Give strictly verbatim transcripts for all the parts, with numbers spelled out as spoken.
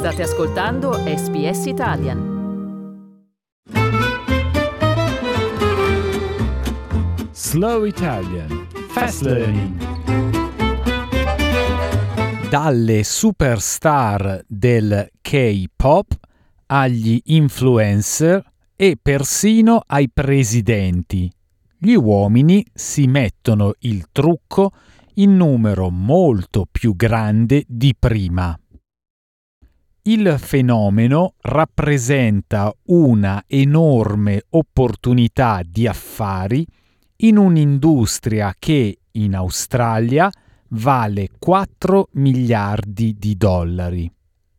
State ascoltando S B S Italian. Slow Italian Fast Learning. Dalle superstar del K-pop agli influencer e persino ai presidenti, gli uomini si mettono il trucco in numero molto più grande di prima. Il fenomeno rappresenta una enorme opportunità di affari in un'industria che in Australia vale quattro miliardi di dollari.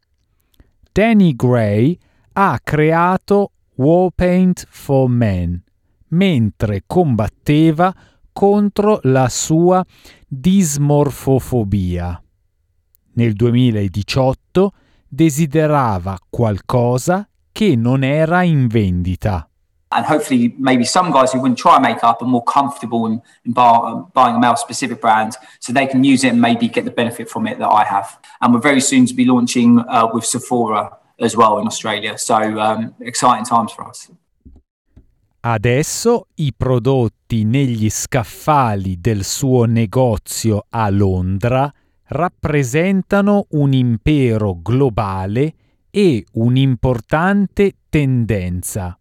Danny Gray ha creato Warpaint for Men mentre combatteva contro la sua dismorfofobia. Nel duemiladiciotto desiderava qualcosa che non era in vendita. And hopefully maybe some guys who wouldn't try makeup are more comfortable in, in bar, buying a male specific brand so they can use it and maybe get the benefit from it that I have. And we're very soon to be launching uh, with Sephora as well in Australia. So um, exciting times for us. Adesso i prodotti negli scaffali del suo negozio a Londra rappresentano un impero globale e un'importante tendenza.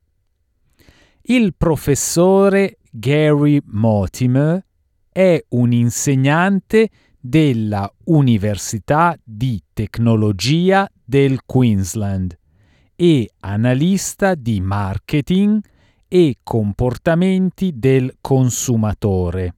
Il professore Gary Mortimer è un insegnante della Università di Tecnologia del Queensland e analista di marketing e comportamenti del consumatore.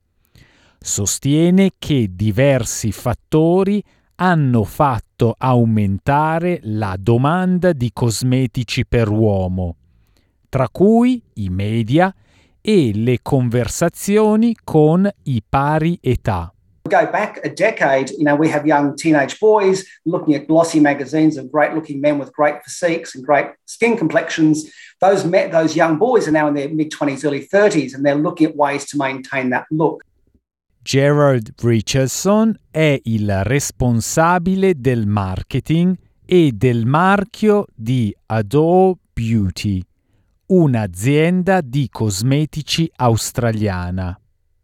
Sostiene che diversi fattori hanno fatto aumentare la domanda di cosmetici per uomo, tra cui i media e le conversazioni con i pari età. Go back a decade, you know, we have young teenage boys looking at glossy magazines of great-looking men with great physiques and great skin complexions. Those met, those young boys are now in their mid-twenties, early thirties, and they're looking at ways to maintain that look. Gerard Richardson è il responsabile del marketing e del marchio di Adore Beauty, un'azienda di cosmetici australiana.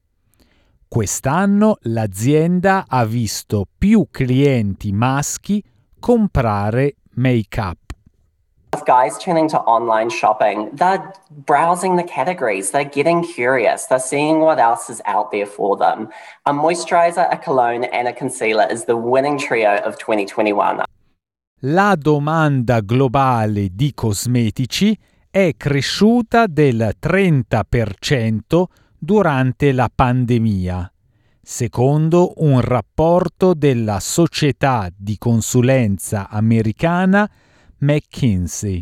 Quest'anno l'azienda ha visto più clienti maschi comprare make-up. Guys turning to online shopping, they're browsing the categories, they're getting curious, they're seeing what else is out there for them. A moisturizer, a cologne and a concealer is the winning trio of twenty twenty-one. La domanda globale di cosmetici è cresciuta del trenta per cento durante la pandemia, secondo un rapporto della società di consulenza americana McKinsey.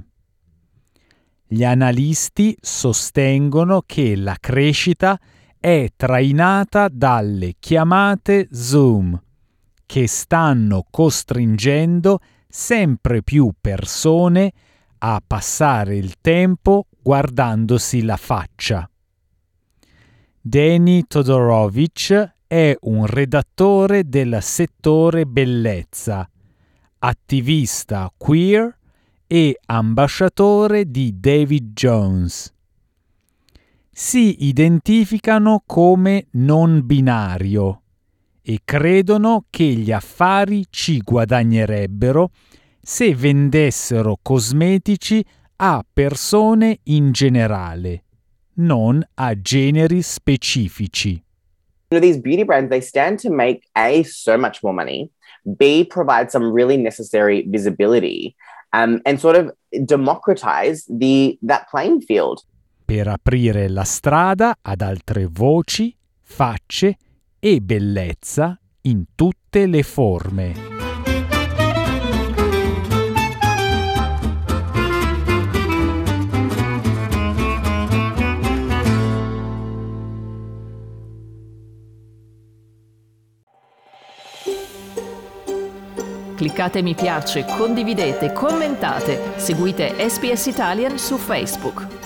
Gli analisti sostengono che la crescita è trainata dalle chiamate Zoom, che stanno costringendo sempre più persone a passare il tempo guardandosi la faccia. Danny Todorovic è un redattore del settore bellezza, attivista queer e ambasciatore di David Jones. Si identificano come non binario e credono che gli affari ci guadagnerebbero se vendessero cosmetici a persone in generale, non a generi specifici. You know, these beauty brands, they stand to make A, so much more money, B, provide some really necessary visibility, um, and sort of democratize the, that playing field. Per aprire la strada ad altre voci, facce e bellezza in tutte le forme. Cliccate mi piace, condividete, commentate, seguite S B S Italian su Facebook.